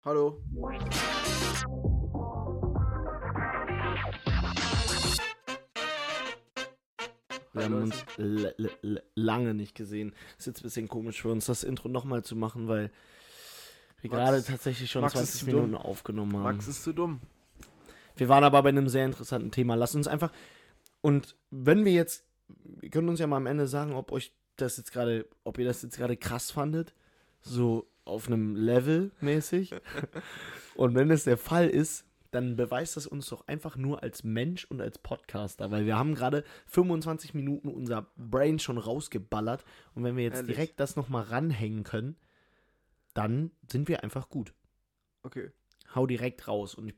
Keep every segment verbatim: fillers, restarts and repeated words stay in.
Hallo. Wir haben uns l- l- l- lange nicht gesehen. Ist jetzt ein bisschen komisch für uns, das Intro nochmal zu machen, weil wir Max- gerade tatsächlich schon Max ist zwanzig zu Minuten dumm. aufgenommen haben. Max ist zu dumm. Wir waren aber bei einem sehr interessanten Thema. Lasst uns einfach. Und wenn wir jetzt. Wir können uns ja mal am Ende sagen, ob euch das jetzt gerade. Ob ihr das jetzt gerade krass fandet. So auf einem Level mäßig. Und wenn es der Fall ist, dann beweist das uns doch einfach nur als Mensch und als Podcaster. Weil wir haben gerade fünfundzwanzig Minuten unser Brain schon rausgeballert. Und wenn wir jetzt Ehrlich? direkt das nochmal ranhängen können, dann sind wir einfach gut. Okay. Hau direkt raus. Und ich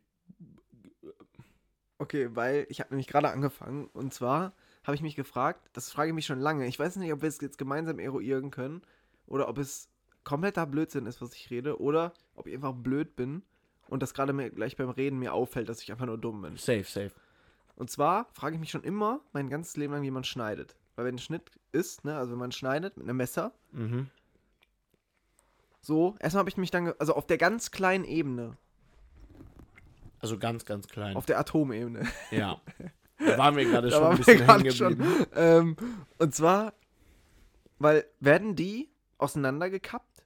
Okay, weil ich habe nämlich gerade angefangen und zwar habe ich mich gefragt, das frage ich mich schon lange, ich weiß nicht, ob wir es jetzt gemeinsam eruieren können oder ob es kompletter Blödsinn ist, was ich rede oder ob ich einfach blöd bin und das gerade mir gleich beim Reden mir auffällt, dass ich einfach nur dumm bin. Safe, safe. Und zwar frage ich mich schon immer mein ganzes Leben lang, wie man schneidet. Weil wenn ein Schnitt ist, ne, also wenn man schneidet mit einem Messer, Mhm. so, erstmal habe ich mich dann, ge- also auf der ganz kleinen Ebene, Also ganz, ganz klein. auf der Atomebene, Ja. Da waren wir gerade Da schon waren ein wir bisschen gerade hängen schon. geblieben. Ähm, und zwar, weil werden die auseinandergekappt?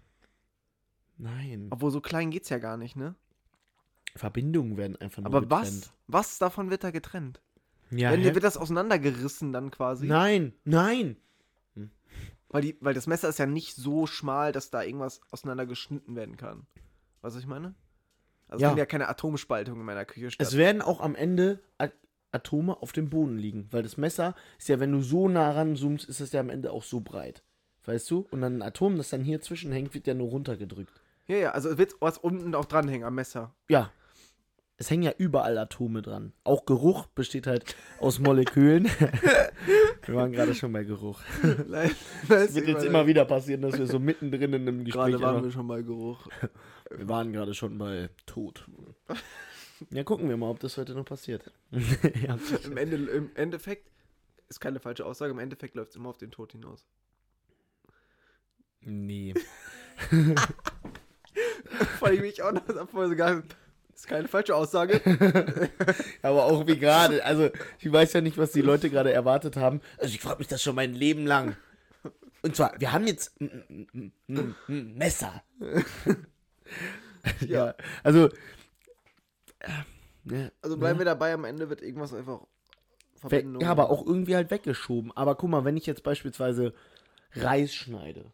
Nein. Obwohl so klein geht's ja gar nicht, ne? Verbindungen werden einfach nur Aber getrennt. was, was davon wird da getrennt? Ja, Wenn, hä? wird das auseinandergerissen dann quasi? Nein, nein. Weil, die, weil das Messer ist ja nicht so schmal, dass da irgendwas auseinandergeschnitten werden kann. Weißt du, was ich meine? Also Ja. es findet ja keine Atomspaltung in meiner Küche statt. Es werden auch am Ende A- Atome auf dem Boden liegen. Weil das Messer ist ja, wenn du so nah ranzoomst, ist es ja am Ende auch so breit. Weißt du? Und dann ein Atom, das dann hier zwischenhängt, wird ja nur runtergedrückt. Ja, ja, also es wird was unten auch dranhängen am Messer. Ja. Es hängen ja überall Atome dran. Auch Geruch besteht halt aus Molekülen. Wir waren gerade schon bei Geruch. Es wird jetzt immer wieder passieren, dass wir so mittendrin in einem Gespräch Gerade waren immer- wir schon bei Geruch. Wir waren gerade schon bei Tod. Ja, gucken wir mal, ob das heute noch passiert. Ja. Im, Ende, Im Endeffekt ist keine falsche Aussage, im Endeffekt läuft es immer auf den Tod hinaus. Nee. Weil ich mich auch noch vorher so gar ist keine falsche Aussage. Aber auch wie gerade. Also, ich weiß ja nicht, was die Leute gerade erwartet haben. Also, ich frage mich das schon mein Leben lang. Und zwar, wir haben jetzt ein, ein, ein, ein Messer. Ja, also. Äh, ne, Also bleiben ne? wir dabei, am Ende wird irgendwas einfach We- Verbindung. Ja, aber auch irgendwie halt weggeschoben. Aber guck mal, wenn ich jetzt beispielsweise Reis schneide.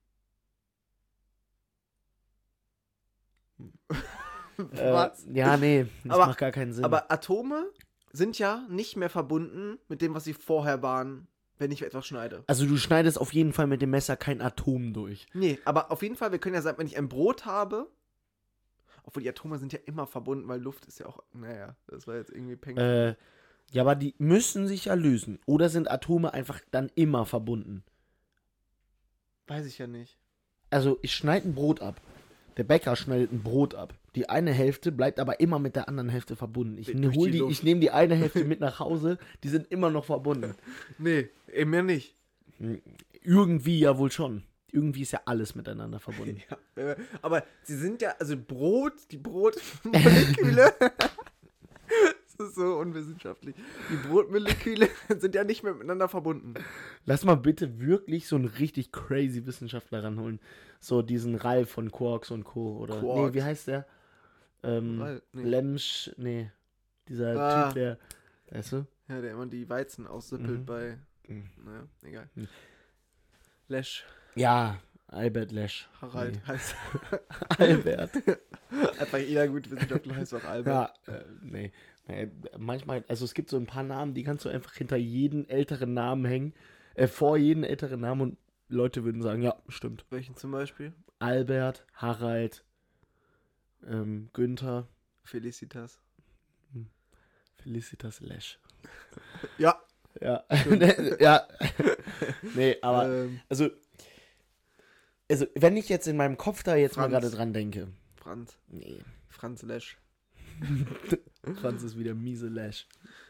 Äh, Was? ja, nee, das Aber- macht gar keinen Sinn. Aber Atome sind ja nicht mehr verbunden mit dem, was sie vorher waren, wenn ich etwas schneide. also du schneidest auf jeden Fall mit dem Messer kein Atom durch. Nee, aber auf jeden Fall, wir können ja sagen, wenn ich ein Brot habe, obwohl die Atome sind ja immer verbunden, weil Luft ist ja auch, naja, das war jetzt irgendwie peng. Äh, ja, aber die müssen sich ja lösen. Oder sind Atome einfach dann immer verbunden? Weiß ich ja nicht. Also ich schneide ein Brot ab. Der Bäcker schneidet ein Brot ab. Die eine Hälfte bleibt aber immer mit der anderen Hälfte verbunden. Ich, Durch ne, hol die die, Luft. ich nehme die eine Hälfte mit nach Hause, die sind immer noch verbunden. Nee, eben ja nicht. Irgendwie ja wohl schon. Irgendwie ist ja alles miteinander verbunden. Ja, äh, aber sie sind ja, also Brot, die Brotmoleküle, das ist so unwissenschaftlich. Die Brotmoleküle sind ja nicht mehr miteinander verbunden. Lass mal bitte wirklich so einen richtig crazy Wissenschaftler ranholen. So diesen Ralf von Quarks und Co. Oder, Quarks. nee, wie heißt der? Ähm, Ralf, nee. Lemsch, nee. Dieser Ah. Typ, der, weißt du? Ja, der immer die Weizen aussippelt Mhm. bei, Mhm. naja, egal. Mhm. Lesch, Ja, Albert Lesch. Harald Nee. heißt, Albert. einfach jeder gute Wissenschaftler heißt auch Albert. Ja, äh, nee. Nee, manchmal, also es gibt so ein paar Namen, die kannst du einfach hinter jeden älteren Namen hängen, äh, vor jeden älteren Namen und Leute würden sagen, ja, stimmt. Welchen zum Beispiel? Albert, Harald, ähm, Günther, Felicitas. Felicitas Lesch. Ja. Ja, ja. Nee, aber, ähm, also, also, wenn ich jetzt in meinem Kopf da jetzt Franz. mal gerade dran denke. Franz. Nee, Franz Lesch. Franz ist wieder miese Lesch.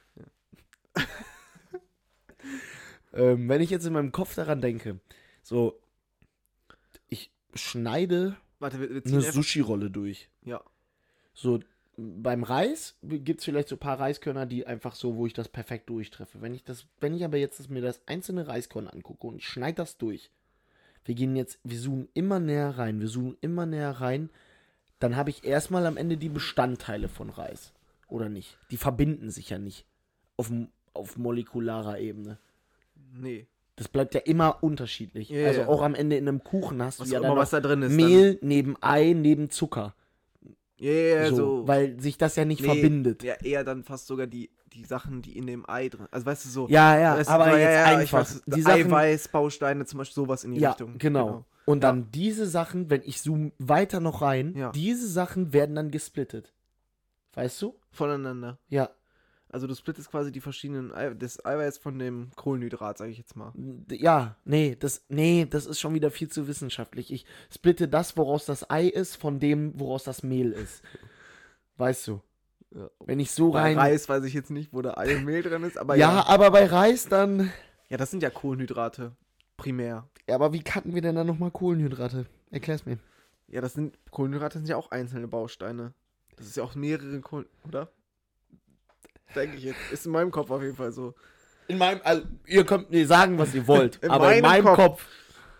ähm, wenn ich jetzt in meinem Kopf daran denke, so, ich schneide Warte, wir, wir ziehen eine einfach... Sushi-Rolle durch. Ja. So, beim Reis gibt es vielleicht so ein paar Reiskörner, die einfach so, wo ich das perfekt durchtreffe. Wenn ich das, wenn ich aber jetzt das, mir das einzelne Reiskorn angucke und ich schneide das durch, wir gehen jetzt, wir zoomen immer näher rein, wir zoomen immer näher rein, dann habe ich erstmal am Ende die Bestandteile von Reis. Oder nicht? Die verbinden sich ja nicht auf, auf molekularer Ebene. Nee. Das bleibt ja immer unterschiedlich. Ja, also ja. auch am Ende in einem Kuchen hast Was du ja auch dann immer, noch was da drin ist. Mehl neben Ei neben Zucker. Ja, ja, so, so. weil sich das ja nicht Nee, verbindet. Ja, eher dann fast sogar die, die Sachen, die in dem Ei drin. Also weißt du so. Ja, ja, weißt du, aber so, jetzt ja, ja, ich einfach. weiß, Die Sachen, Eiweißbausteine, zum Beispiel sowas in die ja, Richtung. genau. Und Ja. dann diese Sachen, wenn ich zoome weiter noch rein, Ja. diese Sachen werden dann gesplittet. Weißt du? Voneinander. Ja. Also du splittest quasi die verschiedenen, Ei das Eiweiß von dem Kohlenhydrat, sage ich jetzt mal. Ja, nee, das, nee, das ist schon wieder viel zu wissenschaftlich. Ich splitte das, woraus das Ei ist, von dem, woraus das Mehl ist. Weißt du? Ja. Wenn ich so Bei rein... Reis weiß ich jetzt nicht, wo da Ei und Mehl drin ist, aber ja, ja. aber bei Reis dann... Ja, das sind ja Kohlenhydrate, primär. Ja, aber wie cutten wir denn dann nochmal Kohlenhydrate? Erklär's mir. Ja, das sind, Kohlenhydrate sind ja auch einzelne Bausteine. Das ist ja auch mehrere Kohlen, oder? Denke ich jetzt. Ist in meinem Kopf auf jeden Fall so. In meinem, also, ihr könnt mir sagen, was ihr wollt, In aber in meinem meinem Kopf. Kopf.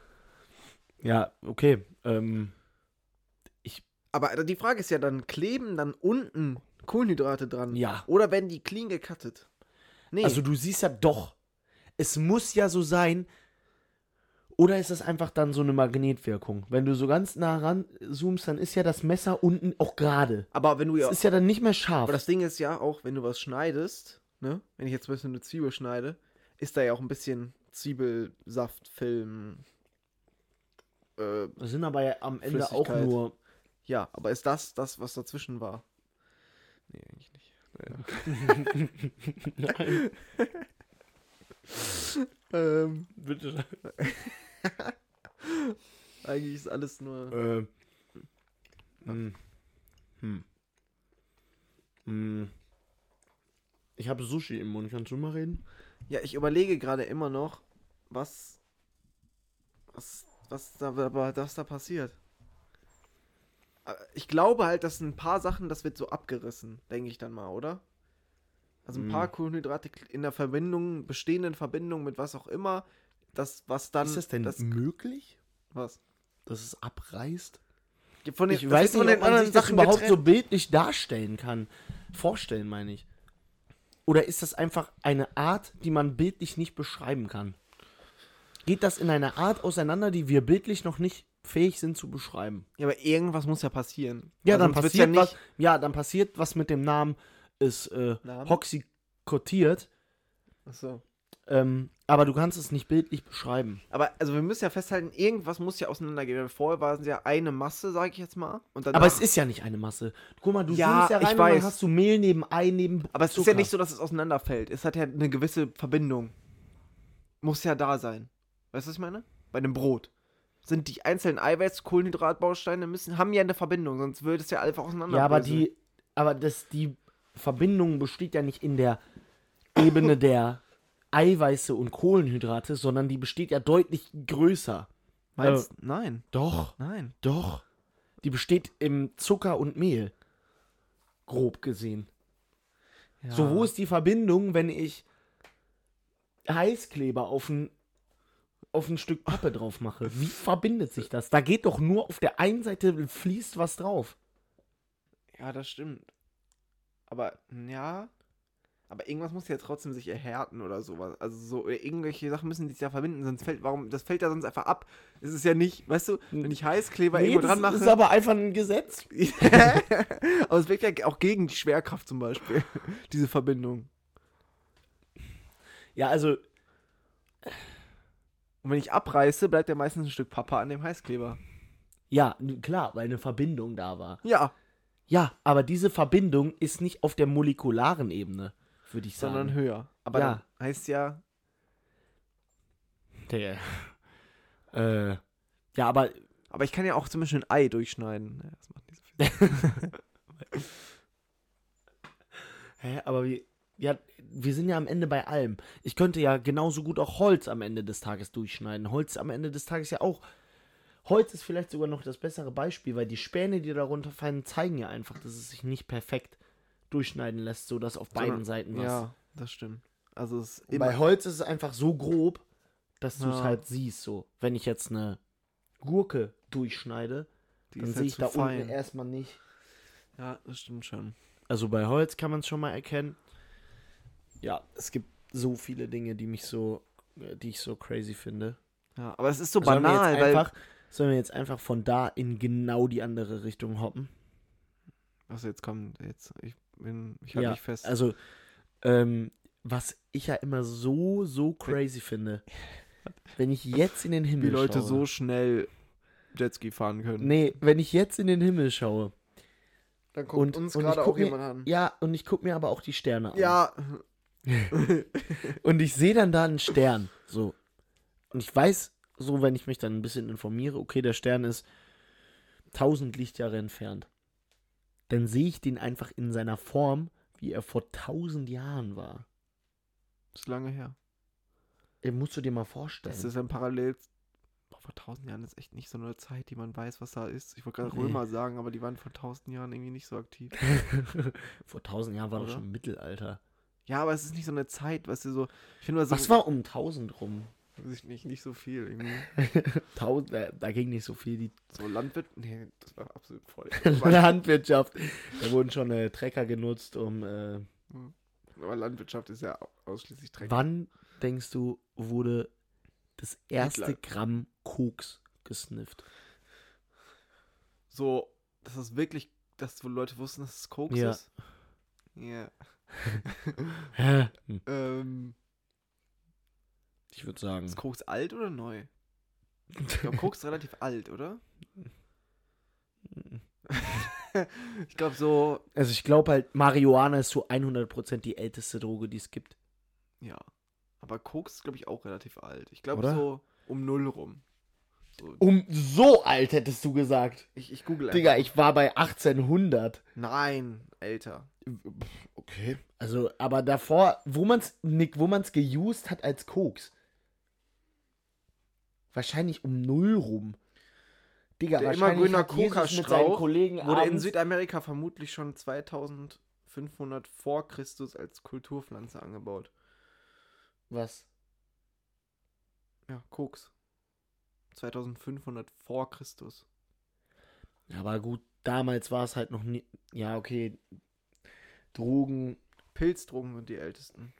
Ja, okay. Ähm, Aber die Frage ist ja dann, kleben dann unten Kohlenhydrate dran? ja. Oder werden die clean gecuttet? Nee. Also du siehst ja doch, es muss ja so sein, oder ist das einfach dann so eine Magnetwirkung? Wenn du so ganz nah ran zoomst, dann ist ja das Messer unten auch gerade. aber wenn du ja. Es ist ja dann nicht mehr scharf. Aber das Ding ist ja auch, wenn du was schneidest, ne? Wenn ich jetzt ein bisschen eine Zwiebel schneide, ist da ja auch ein bisschen Zwiebelsaftfilm. Äh, Das sind aber ja am Ende auch Flüssigkeit. nur... ja, aber ist das das, was dazwischen war? Nee, eigentlich nicht. Naja. Nein, ähm, bitte. eigentlich ist alles nur. Äh, hm. Hm. Hm. Ich habe Sushi im Mund. Kannst du mal reden? Ja, ich überlege gerade immer noch, was. Was, was, da, was da passiert. Ich glaube halt, dass ein paar Sachen, das wird so abgerissen, denke ich dann mal, oder? Also ein Mm. paar Kohlenhydrate in der Verbindung, bestehenden Verbindung mit was auch immer, das, was dann. Ist das denn möglich, was? dass es abreißt? Von den, Ich das weiß ist von nicht, den ob man anderen sich das Sachen überhaupt getrennt. so bildlich darstellen kann. Vorstellen, meine ich. Oder ist das einfach eine Art, die man bildlich nicht beschreiben kann? Geht das in einer Art auseinander, die wir bildlich noch nicht fähig sind zu beschreiben? Ja, aber irgendwas muss ja passieren. Ja, Weil dann sonst wird's passiert ja was. Ja, dann passiert was mit dem Namen, ist äh, Namen? hoxikotiert. Achso. Ähm, aber du kannst es nicht bildlich beschreiben. Aber also wir müssen ja festhalten, irgendwas muss ja auseinandergehen. Vorher war es ja eine Masse, sage ich jetzt mal. Und danach, Aber es ist ja nicht eine Masse. Guck mal, du Ja, zoomst ja rein ich und dann weiß. hast du Mehl neben Ei neben aber es ist Zucker. ja nicht so, dass es auseinanderfällt. Es hat ja eine gewisse Verbindung. Muss ja da sein. Weißt du, was ich meine? Bei einem Brot. Sind die einzelnen Eiweiß-, Kohlenhydratbausteine müssen, haben ja eine Verbindung, sonst würde es ja einfach auseinander. Ja, aber die, aber das, die Verbindung besteht ja nicht in der Ebene der Eiweiße und Kohlenhydrate, sondern die besteht ja deutlich größer. Meinst, nein. Doch, Nein. doch. Die besteht im Zucker und Mehl. Grob gesehen. Ja. So, wo ist die Verbindung, wenn ich Heißkleber auf ein, auf ein Stück Pappe drauf mache? Wie verbindet sich das? Da geht doch nur auf der einen Seite fließt was drauf. Ja, das stimmt. Aber, ja. Aber irgendwas muss ja trotzdem sich erhärten oder sowas. Also so, irgendwelche Sachen müssen sich ja verbinden, sonst fällt, warum, das fällt ja sonst einfach ab. Es ist ja nicht, weißt du, wenn ich Heißkleber Nee, irgendwo das dran mache. ist aber einfach ein Gesetz. Aber es wirkt ja auch gegen die Schwerkraft zum Beispiel, diese Verbindung. Ja, also, Und wenn ich abreiße, bleibt ja meistens ein Stück Pappe an dem Heißkleber. ja, n- klar, weil eine Verbindung da war. Ja, Ja, aber diese Verbindung ist nicht auf der molekularen Ebene, würde ich sagen. sondern höher. Aber Ja. dann heißt ja, Der, äh, ja, aber aber ich kann ja auch zum Beispiel ein Ei durchschneiden. Ja, das macht nicht so viel. Hä, aber wir, ja, wir sind ja am Ende bei allem. Ich könnte ja genauso gut auch Holz am Ende des Tages durchschneiden. Holz am Ende des Tages ja auch. Holz ist vielleicht sogar noch das bessere Beispiel, weil die Späne, die darunter fallen, zeigen ja einfach, dass es sich nicht perfekt durchschneiden lässt, sodass auf beiden Sondern- Seiten was. Ja, das stimmt. Also es ist Und bei immer. Holz ist es einfach so grob, dass du es Ja. halt siehst. So, wenn ich jetzt eine Gurke durchschneide, Die dann ist sehe halt ich zu da fein. unten erstmal nicht. Ja, das stimmt schon. Also bei Holz kann man es schon mal erkennen. Ja, es gibt so viele Dinge, die mich so, äh, die ich so crazy finde. Ja, aber es ist so Sollen wir banal, jetzt weil. einfach, sollen wir jetzt einfach von da in genau die andere Richtung hoppen? Was jetzt kommt, jetzt. Ich bin. Ich halte Ja, mich fest. also, ähm, was ich ja immer so, so crazy finde, wenn ich jetzt in den Himmel Wie Leute schaue. so schnell Jetski fahren können. Nee, wenn ich jetzt in den Himmel schaue. Dann Und, und ich guck mir, an. Ja, und ich gucke mir aber auch die Sterne an. Ja. Und ich sehe dann da einen Stern. So. Und ich weiß, so, wenn ich mich dann ein bisschen informiere, okay, der Stern ist tausend Lichtjahre entfernt. Dann sehe ich den einfach in seiner Form, wie er vor tausend Jahren war. Das ist lange her. Den musst du dir mal vorstellen. Das ist ein Parallel. Boah, vor tausend Jahren ist echt nicht so eine Zeit, die man weiß, was da ist. Ich wollte gerade Nee. Römer sagen, aber die waren vor tausend Jahren irgendwie nicht so aktiv. Vor tausend Jahren war Oder? doch schon Mittelalter. Ja, aber es ist nicht so eine Zeit, weißt du, so. Ich finde mal so. Was war um tausend rum? Weiß ich nicht, nicht so viel irgendwie. tausend, äh, da ging nicht so viel. Die So Landwirt. Nee, das war absolut voll. Landwirtschaft. Da wurden schon äh, Trecker genutzt, um. Äh, Aber Landwirtschaft ist ja ausschließlich Dreck. wann denkst du, wurde das erste Hitler. Gramm Koks gesnifft? So, das ist wirklich, dass wo Leute wussten, dass es Koks Ja. ist. Ja. Hm. ähm, Ich würde sagen. ist Koks alt oder neu? Ich glaube, Koks ist relativ alt, oder? Ich glaube so, Also ich glaube halt, Marihuana ist so hundert Prozent die älteste Droge, die es gibt. ja. Aber Koks ist, glaube ich, auch relativ alt. Ich glaube Oder? so um null rum. So, Um so alt hättest du gesagt. ich, ich google Digga, einfach. ich war bei achtzehnhundert. Nein, älter. Okay. Also, aber davor, wo man's, Nick, wo man's geused hat als Koks. Wahrscheinlich um null rum. Digga, Der wahrscheinlich immergrüner hat Jesus mit seinen Coca-Strauch Kollegen Wurde in abends- Südamerika vermutlich schon zweitausendfünfhundert vor Christus als Kulturpflanze angebaut. Was? Ja, Koks. zweitausendfünfhundert vor Christus. Aber gut, damals war es halt noch nie. Ja, okay. Drogen. Pilzdrogen sind die ältesten.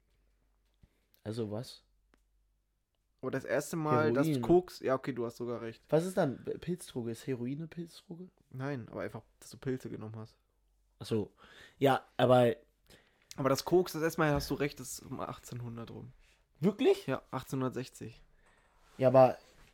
Also was? Aber das erste Mal, dass Heroin. Koks. Ja, okay, du hast sogar recht. Was ist dann Pilzdroge? Ist Heroin eine Pilzdroge? Nein, aber einfach, dass du Pilze genommen hast. Achso. Ja, aber Aber das Koks, das erste Mal hast du recht, das ist um achtzehnhundert rum. wirklich? Ja, achtzehnhundertsechzig. Ja, aber.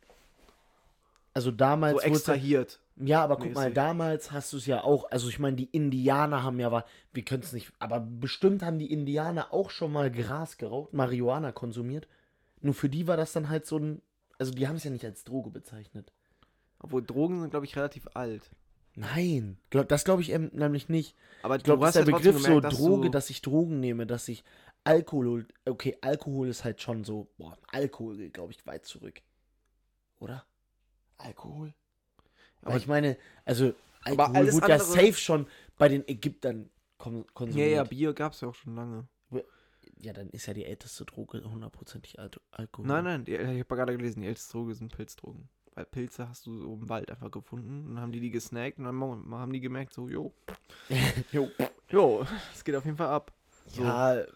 Also damals. So wurde- extrahiert. Ja, aber guck mal, mäßig. damals hast du es ja auch. Also ich meine, die Indianer haben ja, aber wir können es nicht. Aber bestimmt haben die Indianer auch schon mal Gras geraucht, Marihuana konsumiert. Nur für die war das dann halt so ein. Also die haben es ja nicht als Droge bezeichnet. Obwohl Drogen sind, glaube ich, relativ alt. Nein, glaub- das glaube ich ähm, nämlich nicht. Aber Ich glaube, du das ist der ja trotzdem Begriff gemerkt, so dass Droge, du, dass ich Drogen nehme, dass ich Alkohol. Okay, Alkohol ist halt schon so. Boah, Alkohol geht, glaube ich, weit zurück. Oder? Alkohol? Aber Aber- ich meine, also Aber Alkohol alles wurde ja andere- safe schon bei den Ägyptern kon Ja, konsumiert. ja, Bier gab es ja auch schon lange. Ja, dann ist ja die älteste Droge hundertprozentig Al Alkohol. Nein, nein, die, ich habe gerade gelesen, die älteste Droge sind Pilzdrogen. Weil Pilze hast du so im Wald einfach gefunden und dann haben die die gesnackt und dann mo- haben die gemerkt, so, jo, Jo. jo, es geht auf jeden Fall ab. So, Ja, äh,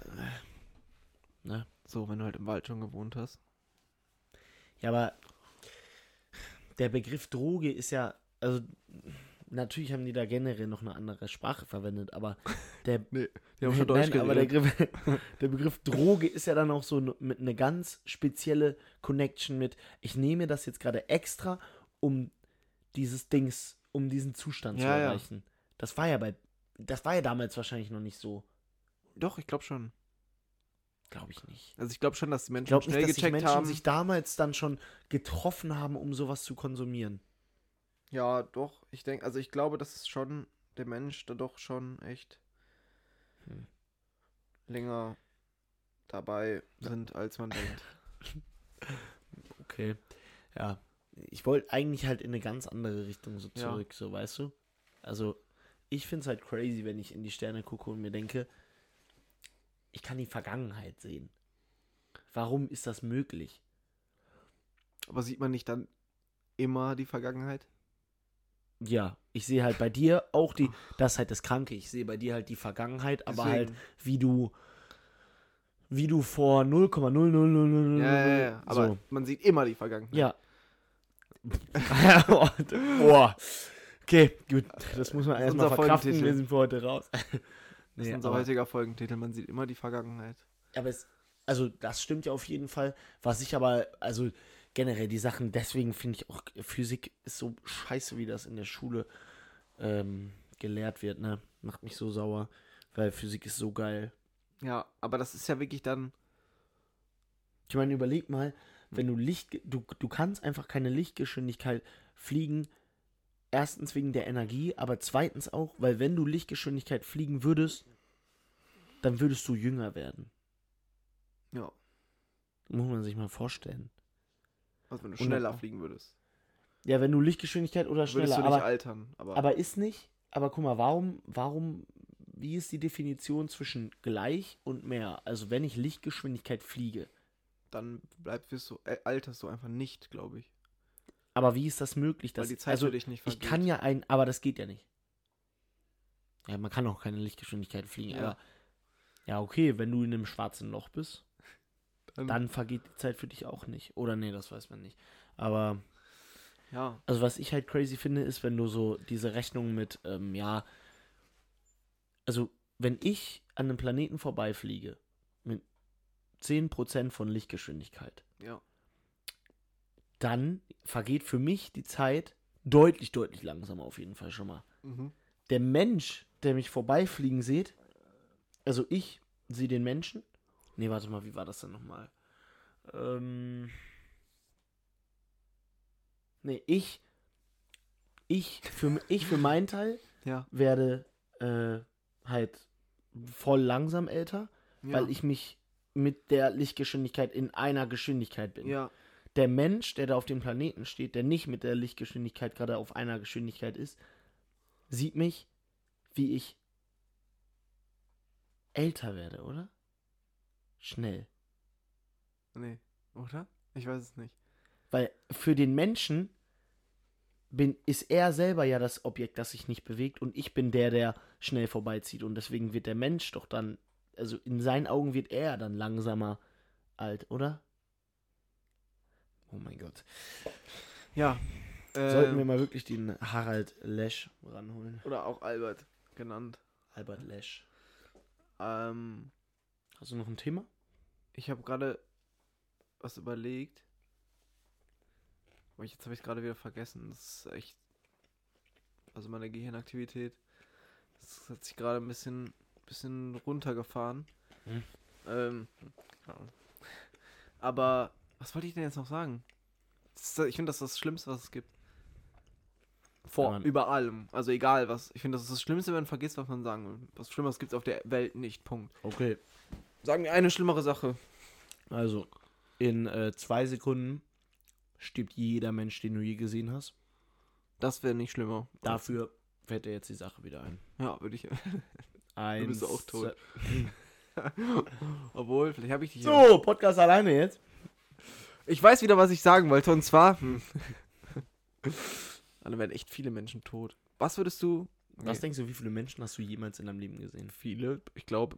ne? so, wenn du halt im Wald schon gewohnt hast. Ja, aber der Begriff Droge ist ja, also natürlich haben die da generell noch eine andere Sprache verwendet, aber der Nee, die haben schon Deutsch Nein, aber der geredet. Begriff, der Begriff Droge ist ja dann auch so n- mit einer ganz spezielle Connection mit, ich nehme das jetzt gerade extra, um dieses Dings, um diesen Zustand zu Ja, ja. erreichen. Das war ja bei, das war ja damals wahrscheinlich noch nicht so, Doch, ich glaube schon. glaube ich nicht. Also ich glaube schon, dass die Ich Menschen glaube schnell nicht, dass sich gecheckt Menschen haben. sich damals dann schon getroffen haben, um sowas zu konsumieren. Ja, doch, ich denke, also ich glaube, dass es schon der Mensch da doch schon echt Hm. länger dabei sind, als man denkt. Okay, ja. ich wollte eigentlich halt in eine ganz andere Richtung so Ja. zurück, so, weißt du? Also, ich finde es halt crazy, wenn ich in die Sterne gucke und mir denke, ich kann die Vergangenheit sehen. Warum ist das möglich? Aber sieht man nicht dann immer die Vergangenheit? Ja, ich sehe halt bei dir auch die, das ist halt das Kranke, ich sehe bei dir halt die Vergangenheit, aber halt, Deswegen. wie du, wie du vor null Komma null null null null null Ja, ja, ja. Aber so. man sieht immer die Vergangenheit. Ja. Boah. Okay, gut. Das muss man Das ist erstmal unser verkraften. Folgentitel. Wir sind für heute raus. Das Nee, ist unser aber, heutiger Folgentitel. Man sieht immer die Vergangenheit. aber es, also das stimmt ja auf jeden Fall. Was ich aber, also generell die Sachen, deswegen finde ich auch, Physik ist so scheiße, wie das in der Schule ähm, gelehrt wird, ne? Macht mich so sauer, weil Physik ist so geil. Ja, aber das ist ja wirklich dann. Ich meine, überleg mal, wenn du Licht, du, du kannst einfach keine Lichtgeschwindigkeit fliegen, erstens wegen der Energie, aber zweitens auch, weil wenn du Lichtgeschwindigkeit fliegen würdest, dann würdest du jünger werden. Ja. Muss man sich mal vorstellen. Also wenn du Und- schneller fliegen würdest. Ja, wenn du Lichtgeschwindigkeit oder Würdest schneller, du nicht aber, altern. Aber, aber ist nicht, aber guck mal, warum, warum, wie ist die Definition zwischen gleich und mehr? Also wenn ich Lichtgeschwindigkeit fliege, dann bleibst wirst du, äh, alterst du einfach nicht, glaube ich. aber wie ist das möglich? Weil Dass, die Zeit also für dich nicht ich vergeht. kann ja ein, aber das geht ja nicht. Ja, man kann auch keine Lichtgeschwindigkeit fliegen, Ja. aber ja, okay, wenn du in einem schwarzen Loch bist, Dann, dann vergeht die Zeit für dich auch nicht. Oder nee, das weiß man nicht. Aber, ja. also was ich halt crazy finde, ist, wenn du so diese Rechnung mit, ähm, ja, also wenn ich an einem Planeten vorbeifliege, mit zehn Prozent von Lichtgeschwindigkeit, Ja. dann vergeht für mich die Zeit deutlich, deutlich langsamer auf jeden Fall schon mal. Mhm. Der Mensch, der mich vorbeifliegen sieht, also ich sehe den Menschen. Nee, warte mal, wie war das denn nochmal? Ähm. Nee, ich. Ich für, ich für meinen Teil Ja. werde äh, halt voll langsam älter, Ja. weil ich mich mit der Lichtgeschwindigkeit in einer Geschwindigkeit bin. Ja. Der Mensch, der da auf dem Planeten steht, der nicht mit der Lichtgeschwindigkeit gerade auf einer Geschwindigkeit ist, sieht mich, wie ich älter werde, oder? Schnell. Nee. Oder? Ich weiß es nicht. Weil für den Menschen bin, ist er selber ja das Objekt, das sich nicht bewegt und ich bin der, der schnell vorbeizieht und deswegen wird der Mensch doch dann, also in seinen Augen wird er dann langsamer alt, oder? Oh mein Gott. Ja. Sollten wir ähm, mal wirklich den Harald Lesch ranholen. Oder auch Albert genannt. Albert Lesch. Ähm, Hast du noch ein Thema? ich habe gerade was überlegt. Aber jetzt habe ich es gerade wieder vergessen. Das ist echt. Also meine Gehirnaktivität. Das hat sich gerade ein bisschen, bisschen runtergefahren. Hm. Ähm, ja. Aber was wollte ich denn jetzt noch sagen? Das ist, ich finde, das ist das Schlimmste, was es gibt. Vor, Wenn man- über allem. Also egal was. Ich finde, das ist das Schlimmste, wenn man vergisst, was man sagen will. Was Schlimmeres gibt es auf der Welt nicht. Punkt. Okay. Sagen wir eine schlimmere Sache. Also, in äh, zwei Sekunden stirbt jeder Mensch, den du je gesehen hast. Das wäre nicht schlimmer. Dafür fällt dir jetzt die Sache wieder ein. Ja, würde ich. Eins, bist auch tot. zwei- Obwohl, vielleicht habe ich dich ja. So, Podcast alleine jetzt. Ich weiß wieder, was ich sagen wollte. Und zwar. Hm. Dann werden echt viele Menschen tot. Was würdest du. Was Okay, denkst du, wie viele Menschen hast du jemals in deinem Leben gesehen? viele? Ich glaube.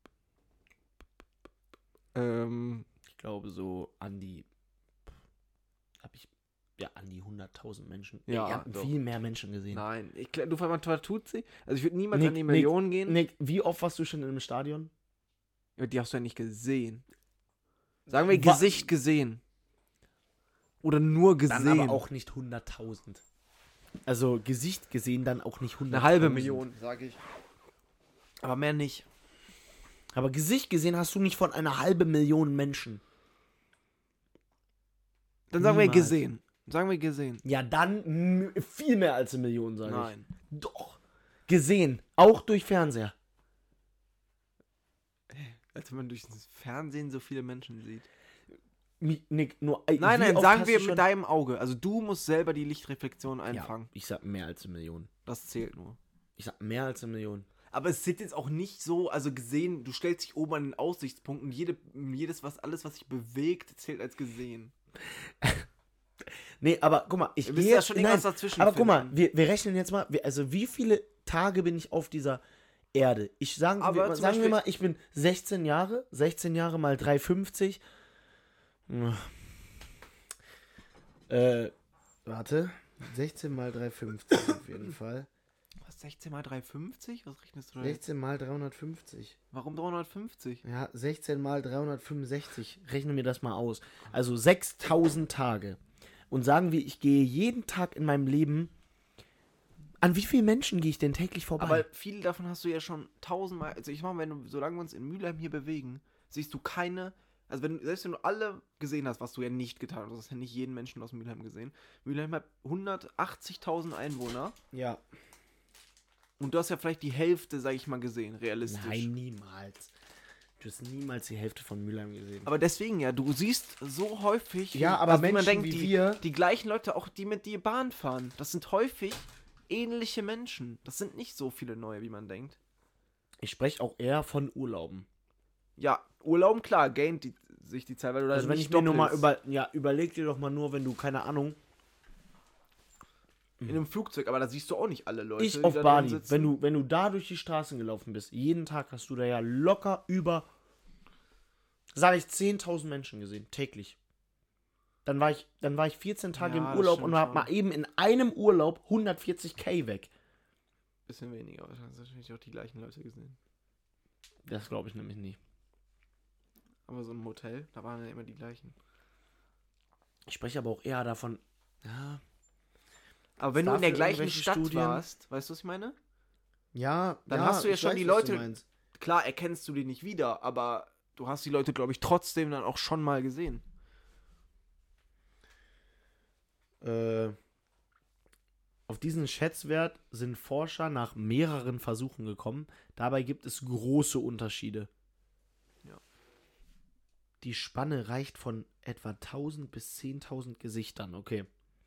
Ähm. Ich glaube so an die, hab ich, ja, an die hunderttausend Menschen. Ja, ich habe doch. viel mehr Menschen gesehen. Nein. Ich, glaub, du man vertut sie. Also ich würde niemals Nick, an die Nick, Millionen gehen. Nick, wie oft warst du schon in einem Stadion? Ja, die hast du ja nicht gesehen. Sagen wir Wa- Gesicht gesehen. Oder nur gesehen. Dann aber auch nicht hunderttausend. Also Gesicht gesehen, dann auch nicht eine hunderttausend. halbe Million, sage ich. Aber mehr nicht. Aber Gesicht gesehen hast du nicht von einer halben Million Menschen. Dann sagen wir Niemals. gesehen. Sagen wir gesehen. Ja, dann m- viel mehr als eine Million, sage ich. Nein. Doch. Gesehen. Auch durch Fernseher. Als wenn man durch das Fernsehen so viele Menschen sieht. Mi- Nick, nur, äh, Nein, wie nein, oft sagen hast wir du mit schon- deinem Auge. Also du musst selber die Lichtreflexion Ja, einfangen. ich sag mehr als eine Million. Das zählt nur. Ich sag mehr als eine Million. Aber es sind jetzt auch nicht so, also gesehen, du stellst dich oben an den Aussichtspunkt und jede, jedes, was, alles, was sich bewegt, zählt als gesehen. Nee, aber guck mal, ich Wir gehe müssen da jetzt, schon nein, irgendwas dazwischen aber guck mal, finden. wir, wir rechnen jetzt mal, wir, also wie viele Tage bin ich auf dieser Erde? Ich sagen, Aber wir, zum sagen wir Beispiel- mal, ich bin sechzehn Jahre, sechzehn Jahre mal drei Komma fünfzig. Äh, warte, sechzehn mal drei Komma fünfzig auf jeden Fall. Was, sechzehn mal drei Komma fünfzig? Was rechnest du da? sechzehn mal dreihundertfünfzig. Warum dreihundertfünfzig? Ja, sechzehn mal dreihundertfünfundsechzig. Rechne mir das mal aus. Also sechstausend Tage. Und sagen wir, ich gehe jeden Tag in meinem Leben. An wie vielen Menschen gehe ich denn täglich vorbei? Aber viele davon hast du ja schon tausendmal. Also ich meine, wenn du, solange wir uns in Mülheim hier bewegen, siehst du keine. Also wenn, selbst wenn du alle gesehen hast, was du ja nicht getan hast, du hast ja nicht jeden Menschen aus Mülheim gesehen. Mülheim hat hundertachtzigtausend Einwohner ja. und du hast ja vielleicht die Hälfte, sag ich mal, gesehen, realistisch. Nein, niemals. Du hast niemals die Hälfte von Mülheim gesehen. Aber deswegen ja, du siehst so häufig. Ja, aber also wie Menschen wie die, wir- die gleichen Leute, auch die mit dir Bahn fahren, das sind häufig ähnliche Menschen. Das sind nicht so viele neue, wie man denkt. Ich spreche auch eher von Urlauben. Ja, Urlauben, klar, gaint die, sich die Zeit, weil du da Also wenn nicht ich mir nur mal doppelst. über... Ja, überleg dir doch mal nur, wenn du, keine Ahnung... In einem Flugzeug, aber da siehst du auch nicht alle Leute. Ich die auf da drin Bali, sitzen. wenn du, wenn du da durch die Straßen gelaufen bist, jeden Tag hast du da ja locker über, sage ich, zehntausend Menschen gesehen, täglich. Dann war ich, dann war ich vierzehn Tage Ja, im das Urlaub stimmt und hab schon. mal eben in einem Urlaub hundertvierzig K weg. Bisschen weniger, aber du hast natürlich auch die gleichen Leute gesehen. Das glaube ich nämlich nicht. Aber so ein Motel, da waren ja immer die gleichen. Ich spreche aber auch eher davon, ja, Aber wenn du in der dafür gleichen irgendwelche Stadt Studien? warst, weißt du, was ich meine? ja, Dann ja, hast du ja ich schon weiß, die was du Leute- meinst. Klar erkennst du die nicht wieder, aber du hast die Leute, glaube ich, trotzdem dann auch schon mal gesehen. Äh, auf diesen Schätzwert sind Forscher nach mehreren Versuchen gekommen. Dabei gibt es große Unterschiede. Ja. Die Spanne reicht von etwa tausend bis zehntausend Gesichtern. Okay.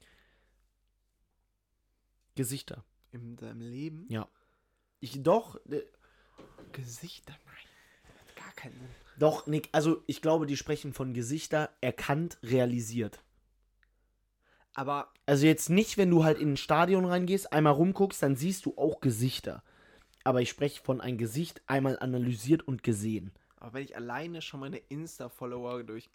Gesichter. In deinem Leben? Ja. Ich doch, äh, Gesichter, nein. Das hat gar keinen Sinn. doch, Nick, also ich glaube, die sprechen von Gesichter erkannt, realisiert. Aber Also jetzt nicht, wenn du halt in ein Stadion reingehst, einmal rumguckst, dann siehst du auch Gesichter. Aber ich spreche von ein Gesicht einmal analysiert und gesehen. Aber wenn ich alleine schon meine Insta-Follower durch...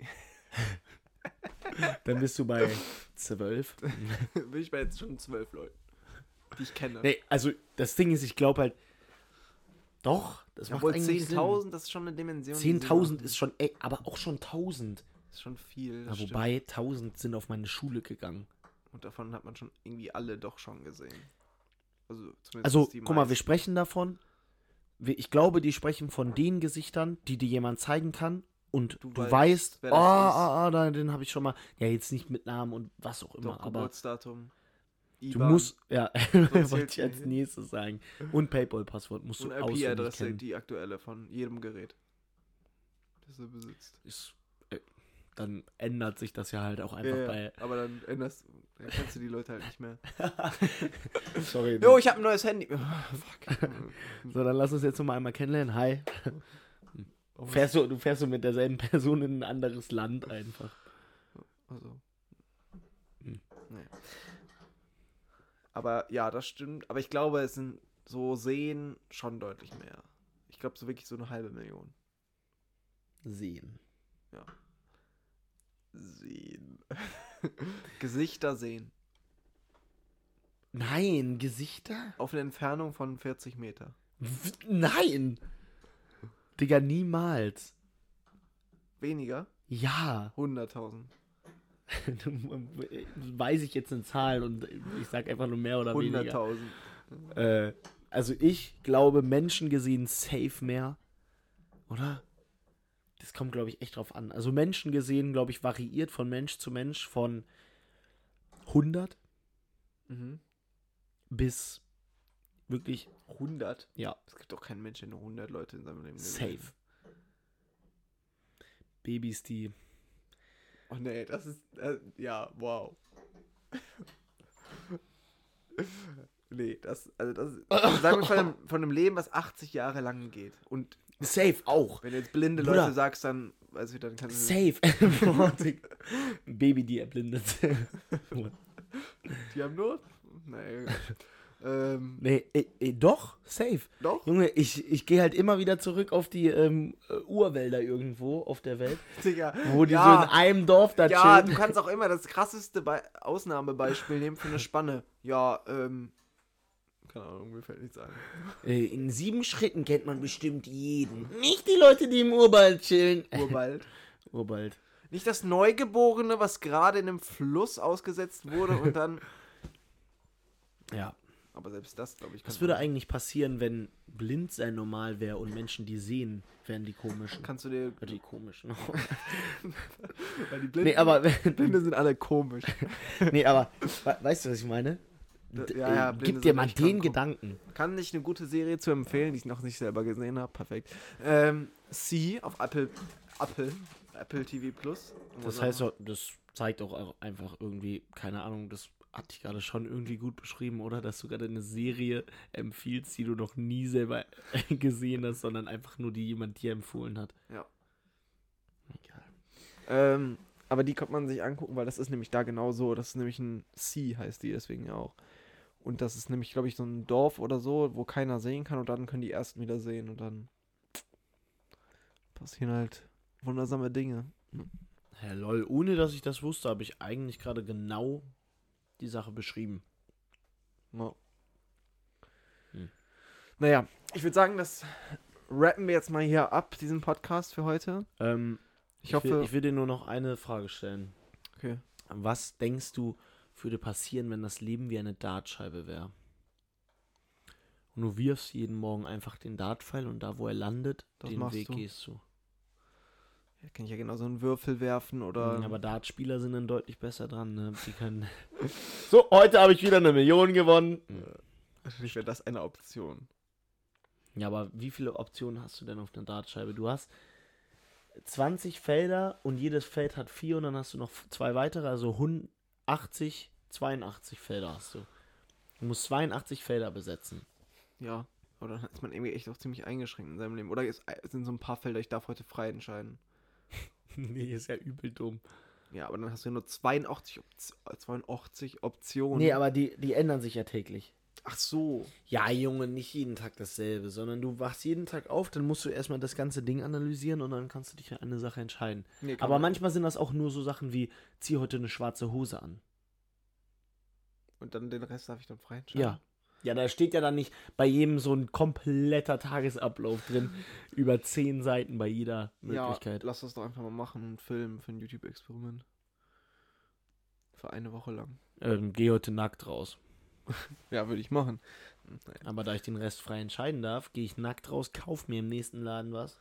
Dann bist du bei zwölf. bin ich bei jetzt schon zwölf Leuten, die ich kenne. Nee, also das Ding ist, ich glaube halt, doch, das macht Obwohl eigentlich zehntausend, das ist schon eine Dimension. Sinn. die zehntausend Sinn ist schon, ey, aber auch schon tausend. macht. ist schon viel. Ja, das stimmt. wobei, tausend sind auf meine Schule gegangen. Und davon hat man schon irgendwie alle doch schon gesehen. Also, zumindest Also, die guck mal, wir meisten. sprechen davon, wir- ich glaube, die sprechen von den Gesichtern, die dir jemand zeigen kann und du, Du weißt, weißt, wer oh, das ist. oh, oh, da- den habe ich schon mal, ja, jetzt nicht mit Namen und was auch immer, Doch, aber Geburtsdatum. du I B A N musst, ja, zählt's wollte ich als hier. nächstes sagen. Und Paypal-Passwort musst du und auswendig I P-Adresse, kennen. die aktuelle von jedem Gerät, das du besitzt. Ist, äh, dann ändert sich das ja halt auch einfach Ja, bei. aber dann änderst dann kennst du die Leute halt nicht mehr. Sorry. Jo, ich habe ein neues Handy. Oh, fuck. So, dann lass uns jetzt noch mal einmal kennenlernen. Hi. Oh, Fährst du, du fährst du mit derselben Person in ein anderes Land einfach. Also. Hm. Naja. Aber ja, das stimmt. Aber ich glaube, es sind so Seen schon deutlich mehr. Ich glaube, so wirklich so eine halbe Million. Sehen. Sehen. Gesichter sehen. Nein, Gesichter? Auf eine Entfernung von vierzig Meter. W- Nein! Digga, niemals. Weniger? Ja. hunderttausend. Weiß ich jetzt eine Zahl und ich sag einfach nur mehr oder weniger. hunderttausend. Äh, also ich glaube, Menschen gesehen safe mehr. Oder? Das kommt, glaube ich, echt drauf an. Also Menschen gesehen, glaube ich, variiert von Mensch zu Mensch von hundert Mhm. bis wirklich, hundert? ja, Es gibt doch keinen Menschen, der nur hundert Leute in seinem Leben gesehen safe. Babys, die Oh nee, das ist, äh, ja, wow. Nee, das, also das, sagen wir von einem, von einem Leben, was achtzig Jahre lang geht. Und Safe auch. wenn du jetzt blinde Bruder. Leute sagst, dann, weiß ich, dann kannst du... Safe. Ein Baby, die erblindet. Die haben nur... Nee, ähm, Nee, eh, eh, doch, safe. doch? Junge, ich, ich gehe halt immer wieder zurück auf die ähm, äh, Urwälder irgendwo auf der Welt, Digga. wo die Ja. so in einem Dorf da Ja, chillen. du kannst auch immer das krasseste Be Ausnahmebeispiel nehmen für eine Spanne. Ja, ähm... Keine Ahnung, mir fällt nichts ein. Äh, in sieben Schritten kennt man bestimmt jeden. Nicht die Leute, die im Urwald chillen. Urwald. Urwald. Nicht das Neugeborene, was gerade in einem Fluss ausgesetzt wurde und dann... Ja. Aber selbst das, glaube ich, kann Was würde eigentlich passieren, wenn blind sein normal wäre und Menschen, die sehen, wären die komischen? Kannst du dir... Äh, Die komischen. Weil die Blinden, nee, aber, Blinde sind alle komisch. nee, aber we weißt du, was ich meine? D Ja, ja, äh, Blinde Gib dir sind mal echt den krank. Gedanken. Kann ich eine gute Serie zu empfehlen, die ich noch nicht selber gesehen habe. Perfekt. Ähm, Sie auf Apple, Apple, Apple T V Plus. Das heißt, doch, das zeigt auch einfach irgendwie, keine Ahnung, das hatte ich gerade schon irgendwie gut beschrieben, oder? Dass du gerade eine Serie empfiehlst, die du noch nie selber gesehen hast, sondern einfach nur die jemand dir empfohlen hat. Ja. Egal. Ähm, aber die kann man sich angucken, weil das ist nämlich da genau so. Das ist nämlich ein Sea, heißt die deswegen ja auch. Und das ist nämlich, glaube ich, so ein Dorf oder so, wo keiner sehen kann und dann können die Ersten wieder sehen und dann passieren halt wundersame Dinge. Herr lol, ohne dass ich das wusste, habe ich eigentlich gerade genau die Sache beschrieben. Ja. Hm. Naja, ich würde sagen, das rappen wir jetzt mal hier ab, diesen Podcast für heute. Ähm, Ich ich, hoffe... will, ich will dir nur noch eine Frage stellen. okay. Was denkst du, würde passieren, wenn das Leben wie eine Dartscheibe wäre? Und du wirfst jeden Morgen einfach den Dartpfeil und da, wo er landet, Das den machst Weg du. gehst du. Ja, kann ich ja genau so einen Würfel werfen oder... Aber Dartspieler sind dann deutlich besser dran. Ne? Die können. So, heute habe ich wieder eine Million gewonnen. Natürlich wäre das eine Option. Ja, aber wie viele Optionen hast du denn auf einer Dartscheibe? Du hast zwanzig Felder und jedes Feld hat vier und dann hast du noch zwei weitere, also achtzig, zweiundachtzig Felder hast du. Du musst zweiundachtzig Felder besetzen. Ja, aber dann ist man irgendwie echt auch ziemlich eingeschränkt in seinem Leben. Oder es sind so ein paar Felder, ich darf heute frei entscheiden. Nee, ist ja übel dumm. Ja, aber dann hast du ja nur zweiundachtzig, Op- zweiundachtzig Optionen. Nee, aber die, die ändern sich ja täglich. Ach so. Ja, Junge, nicht jeden Tag dasselbe, sondern du wachst jeden Tag auf, dann musst du erstmal das ganze Ding analysieren und dann kannst du dich für eine Sache entscheiden. Nee, kann Aber man- manchmal sind das auch nur so Sachen wie, zieh heute eine schwarze Hose an. Und dann den Rest darf ich dann frei entscheiden. Ja. Ja, da steht ja dann nicht bei jedem so ein kompletter Tagesablauf drin, über zehn Seiten bei jeder Möglichkeit. Ja, lass das doch einfach mal machen, einen Film für ein YouTube-Experiment. Für eine Woche lang. Ähm, geh heute nackt raus. Ja, würde ich machen. Naja. Aber da ich den Rest frei entscheiden darf, gehe ich nackt raus, kauf mir im nächsten Laden was.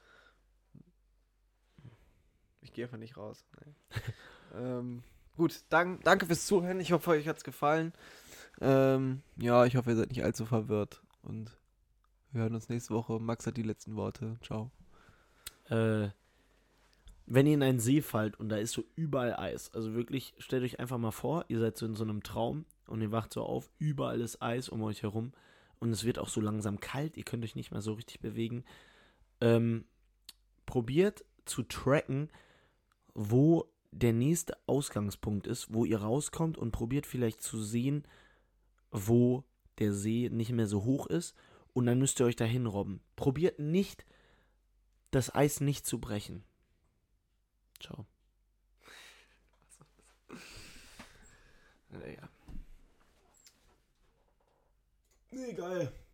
Ich gehe einfach nicht raus. ähm, gut, dank, danke fürs Zuhören. Ich hoffe, euch hat es gefallen. Ähm, ja, ich hoffe, ihr seid nicht allzu verwirrt. Und wir hören uns nächste Woche. Max hat die letzten Worte. Ciao. Äh, wenn ihr in einen See fallt und da ist so überall Eis, also wirklich, stellt euch einfach mal vor, ihr seid so in so einem Traum und ihr wacht so auf, überall ist Eis um euch herum und es wird auch so langsam kalt, ihr könnt euch nicht mehr so richtig bewegen. Ähm, probiert zu tracken, wo der nächste Ausgangspunkt ist, wo ihr rauskommt und probiert vielleicht zu sehen, wo der See nicht mehr so hoch ist und dann müsst ihr euch dahin robben. Probiert nicht, das Eis nicht zu brechen. Ciao. Naja. Nee, geil.